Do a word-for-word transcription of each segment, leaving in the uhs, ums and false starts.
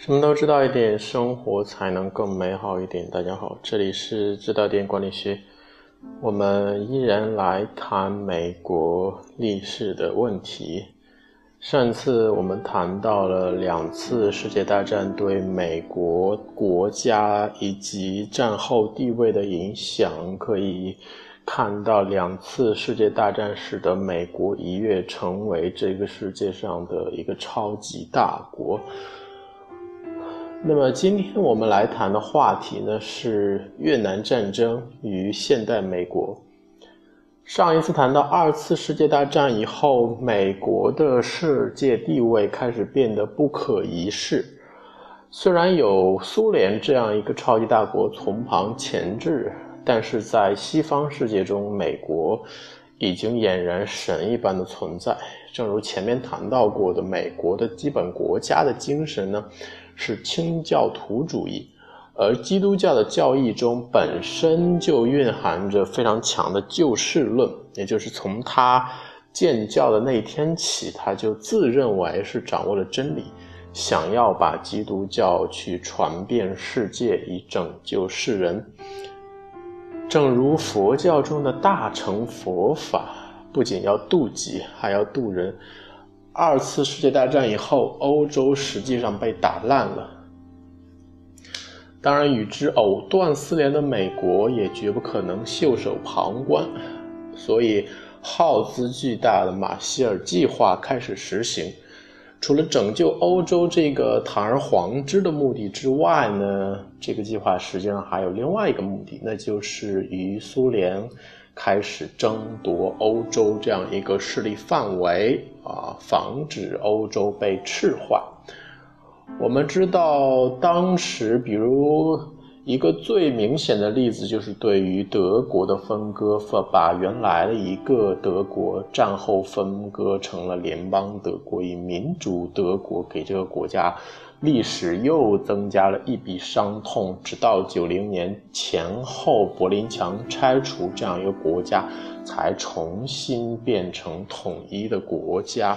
什么都知道一点，生活才能更美好一点。大家好，这里是知道点管理学，我们依然来谈美国历史的问题。上次我们谈到了两次世界大战对美国国家以及战后地位的影响，可以看到两次世界大战使得美国一跃成为这个世界上的一个超级大国。那么今天我们来谈的话题呢，是越南战争与现代美国。上一次谈到二次世界大战以后，美国的世界地位开始变得不可一世。虽然有苏联这样一个超级大国从旁钳制，但是在西方世界中，美国已经俨然神一般的存在。正如前面谈到过的，美国的基本国家的精神呢，是清教徒主义，而基督教的教义中本身就蕴含着非常强的救世论，也就是从他建教的那一天起，他就自认为是掌握了真理，想要把基督教去传遍世界，以拯救世人。正如佛教中的大乘佛法不仅要渡己，还要渡人。二次世界大战以后，欧洲实际上被打烂了。当然，与之藕断丝连的美国也绝不可能袖手旁观，所以耗资巨大的马歇尔计划开始实行。除了拯救欧洲这个堂而皇之的目的之外呢，这个计划实际上还有另外一个目的，那就是与苏联开始争夺欧洲这样一个势力范围啊，防止欧洲被赤化。我们知道当时比如一个最明显的例子就是对于德国的分割，把原来的一个德国战后分割成了联邦德国，以民主德国给这个国家历史又增加了一笔伤痛，直到九零年前后柏林墙拆除，这样一个国家才重新变成统一的国家。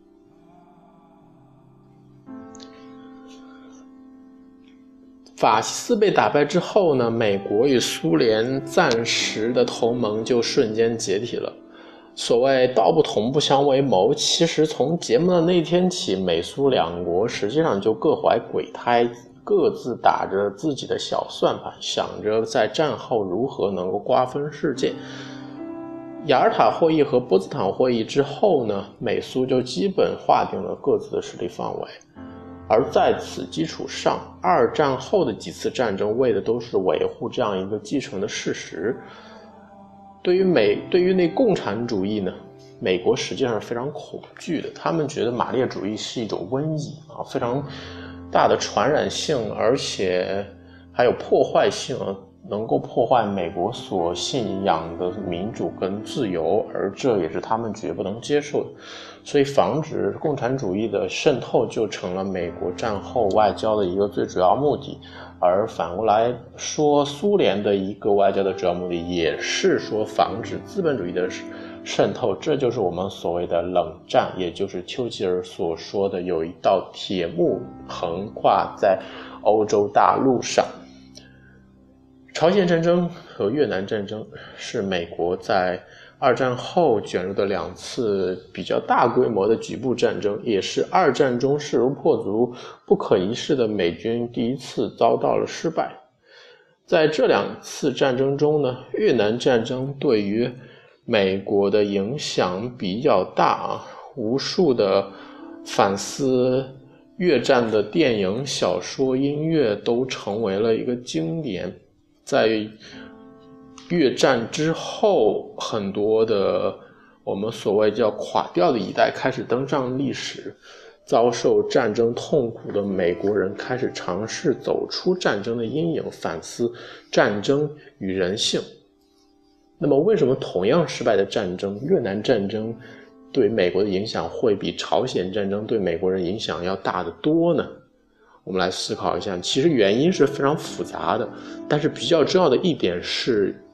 法西斯被打败之后呢，美国与苏联暂时的同盟就瞬间解体了。所谓道不同不相为谋，其实从结盟的那天起，美苏两国实际上就各怀鬼胎，各自打着自己的小算盘，想着在战后如何能够瓜分世界。雅尔塔会议和波茨坦会议之后呢，美苏就基本划定了各自的势力范围。而在此基础上，二战后的几次战争为的都是维护这样一个既成的事实。对于美对于那共产主义呢，美国实际上是非常恐惧的，他们觉得马列主义是一种瘟疫啊，非常大的传染性，而且还有破坏性，能够破坏美国所信仰的民主跟自由，而这也是他们绝不能接受的。所以防止共产主义的渗透就成了美国战后外交的一个最主要目的，而反过来说，苏联的一个外交的主要目的也是说防止资本主义的渗透，这就是我们所谓的冷战，也就是丘吉尔所说的有一道铁幕横跨在欧洲大陆上。朝鲜战争和越南战争是美国在二战后卷入的两次比较大规模的局部战争，也是二战中势如破竹、不可一世的美军第一次遭到了失败。在这两次战争中呢，越南战争对于美国的影响比较大啊，无数的反思越战的电影、小说、音乐都成为了一个经典。在越战之后，很多的我们所谓叫垮掉的一代开始登上历史，遭受战争痛苦的美国人开始尝试走出战争的阴影，反思战争与人性。那么为什么同样失败的战争，越南战争对美国的影响会比朝鲜战争对美国人影响要大得多呢？我们来思考一下，其实原因是非常复杂的，但是比较重要的一点是，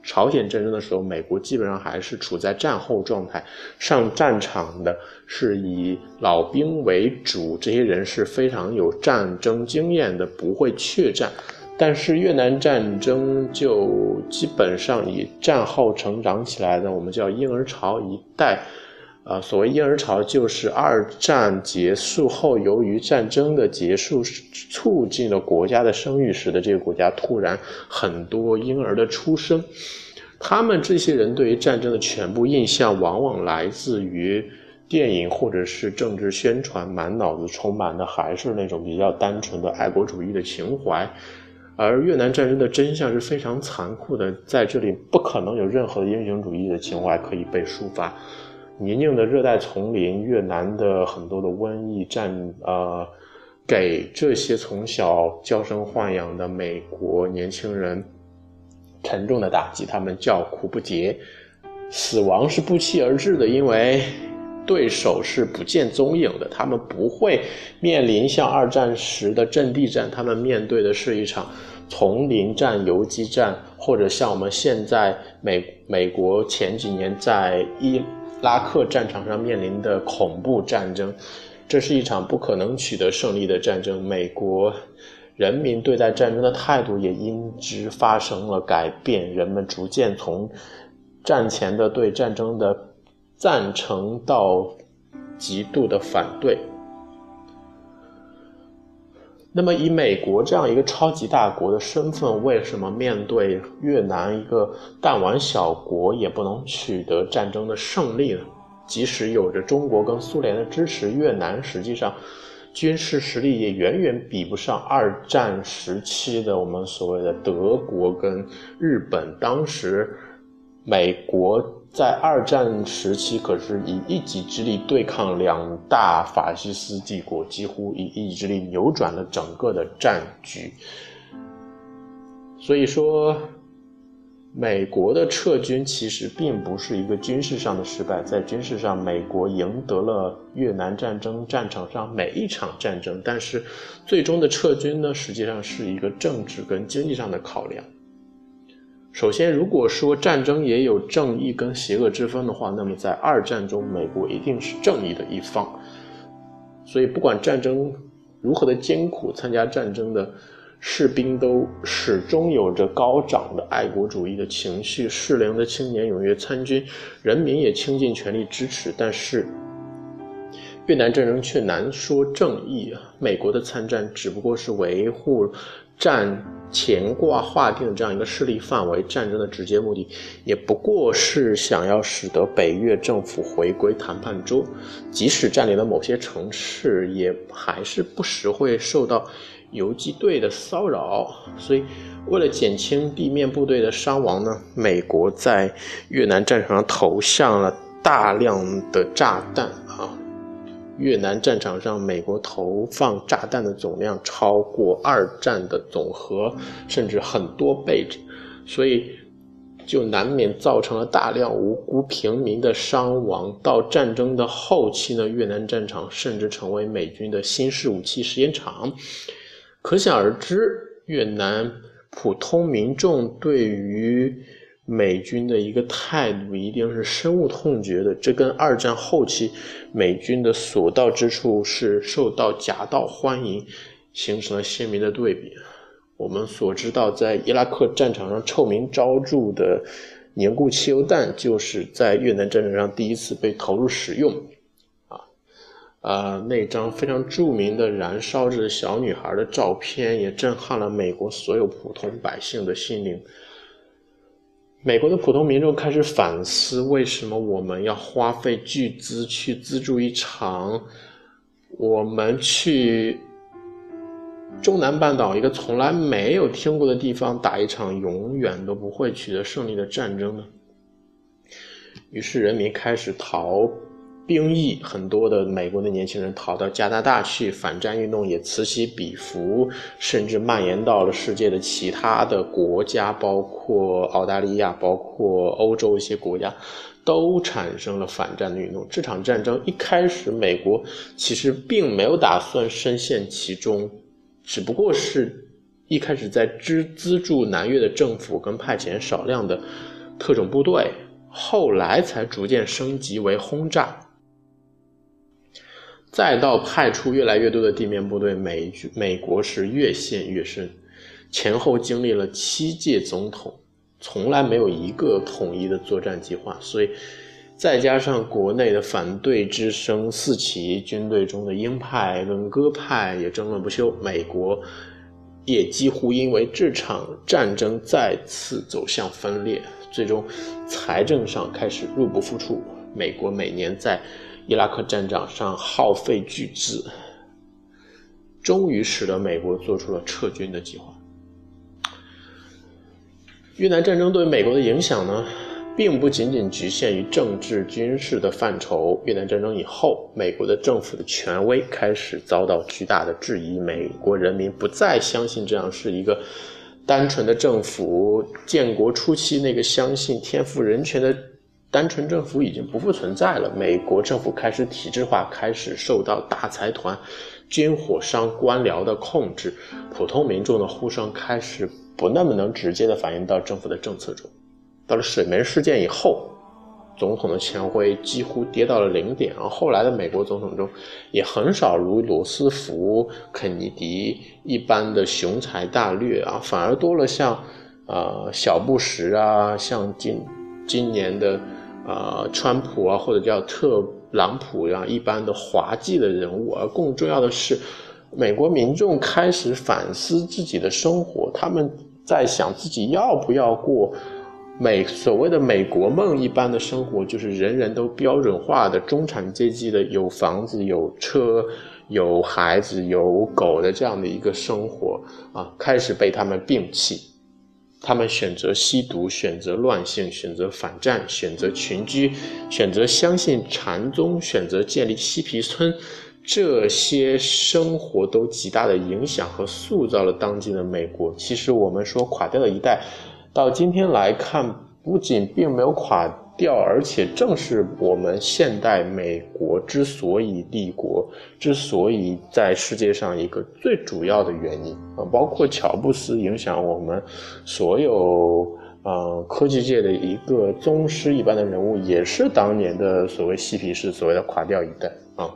朝鲜战争的时候，美国基本上还是处在战后状态，上战场的是以老兵为主，这些人是非常有战争经验的，不会怯战。但是越南战争就基本上以战后成长起来的，我们叫婴儿潮一代。呃，所谓婴儿潮，就是二战结束后，由于战争的结束促进了国家的生育，使得这个国家突然很多婴儿的出生。他们这些人对于战争的全部印象，往往来自于电影或者是政治宣传，满脑子充满的还是那种比较单纯的爱国主义的情怀。而越南战争的真相是非常残酷的，在这里不可能有任何英雄主义的情怀可以被抒发。泥泞的热带丛林，越南的很多的瘟疫战，呃，给这些从小娇生惯养的美国年轻人沉重的打击，他们叫苦不迭，死亡是不期而至的，因为对手是不见踪影的，他们不会面临像二战时的阵地战，他们面对的是一场丛林战、游击战，或者像我们现在美美国前几年在伊拉克战场上面临的恐怖战争。这是一场不可能取得胜利的战争，美国人民对待战争的态度也因之发生了改变，人们逐渐从战前的对战争的赞成到极度的反对。那么以美国这样一个超级大国的身份，为什么面对越南一个弹丸小国也不能取得战争的胜利呢？即使有着中国跟苏联的支持，越南实际上军事实力也远远比不上二战时期的我们所谓的德国跟日本。当时美国在二战时期可是以一己之力对抗两大法西斯帝国，几乎以一己之力扭转了整个的战局。所以说美国的撤军其实并不是一个军事上的失败，在军事上美国赢得了越南战争战场上每一场战争，但是最终的撤军呢，实际上是一个政治跟经济上的考量。首先，如果说战争也有正义跟邪恶之分的话，那么在二战中美国一定是正义的一方。所以不管战争如何的艰苦，参加战争的士兵都始终有着高涨的爱国主义的情绪，适龄的青年踊跃参军，人民也倾尽全力支持。但是越南战争却难说正义，美国的参战只不过是维护战前挂划定的这样一个势力范围，战争的直接目的也不过是想要使得北越政府回归谈判桌，即使占领了某些城市，也还是不时会受到游击队的骚扰。所以为了减轻地面部队的伤亡呢，美国在越南战场上投向了大量的炸弹啊。越南战场上美国投放炸弹的总量超过二战的总和，甚至很多倍，所以就难免造成了大量无辜平民的伤亡。到战争的后期呢，越南战场甚至成为美军的新式武器实验场。可想而知，越南普通民众对于美军的一个态度一定是深恶痛绝的，这跟二战后期美军的所到之处是受到夹道欢迎形成了鲜明的对比。我们所知道在伊拉克战场上臭名昭著的凝固汽油弹，就是在越南战场上第一次被投入使用啊，呃，那张非常著名的燃烧着小女孩的照片也震撼了美国所有普通百姓的心灵。美国的普通民众开始反思，为什么我们要花费巨资去资助一场我们去中南半岛一个从来没有听过的地方打一场永远都不会取得胜利的战争呢？于是人民开始逃兵役，很多的美国的年轻人逃到加拿大去，反战运动也此起彼伏，甚至蔓延到了世界的其他的国家，包括澳大利亚，包括欧洲一些国家都产生了反战的运动。这场战争一开始美国其实并没有打算深陷其中，只不过是一开始在资资助南越的政府跟派遣少量的特种部队，后来才逐渐升级为轰炸，再到派出越来越多的地面部队，美美国是越陷越深，前后经历了七届总统，从来没有一个统一的作战计划，所以再加上国内的反对之声四起，军队中的鹰派跟鸽派也争论不休，美国也几乎因为这场战争再次走向分裂，最终财政上开始入不敷出，美国每年在伊拉克战场上耗费巨资，终于使得美国做出了撤军的计划。越南战争对美国的影响呢，并不仅仅局限于政治军事的范畴。越南战争以后，美国的政府的权威开始遭到巨大的质疑，美国人民不再相信这样是一个单纯的政府，建国初期那个相信天赋人权的单纯政府已经不复存在了，美国政府开始体制化，开始受到大财团、军火商、官僚的控制，普通民众的呼声开始不那么能直接的反映到政府的政策中。到了水门事件以后，总统的权威几乎跌到了零点，然后后来的美国总统中也很少如罗斯福、肯尼迪一般的雄才大略啊，反而多了像呃小布什啊，像今今年的呃川普啊，或者叫特朗普啊一般的滑稽的人物，而更重要的是美国民众开始反思自己的生活，他们在想自己要不要过美所谓的美国梦一般的生活，就是人人都标准化的中产阶级的有房子有车有孩子有狗的这样的一个生活啊，开始被他们摒弃。他们选择吸毒，选择乱性，选择反战，选择群居，选择相信禅宗，选择建立嬉皮村，这些生活都极大的影响和塑造了当今的美国。其实我们说垮掉的一代，到今天来看，不仅并没有垮掉，而且正是我们现代美国之所以立国，之所以在世界上一个最主要的原因啊，包括乔布斯影响我们所有呃科技界的一个宗师一般的人物，也是当年的所谓嬉皮士，所谓的垮掉一代啊。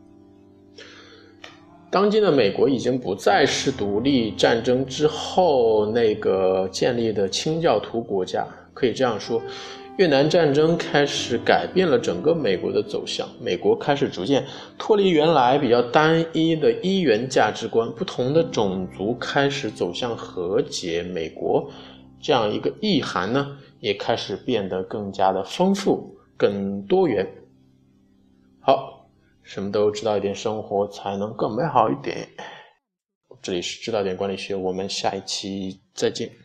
当今的美国已经不再是独立战争之后那个建立的清教徒国家，可以这样说，越南战争开始改变了整个美国的走向，美国开始逐渐脱离原来比较单一的一元价值观，不同的种族开始走向和解，美国这样一个意涵呢，也开始变得更加的丰富、更多元。好，什么都知道一点，生活才能更美好一点。这里是知道点管理学，我们下一期再见。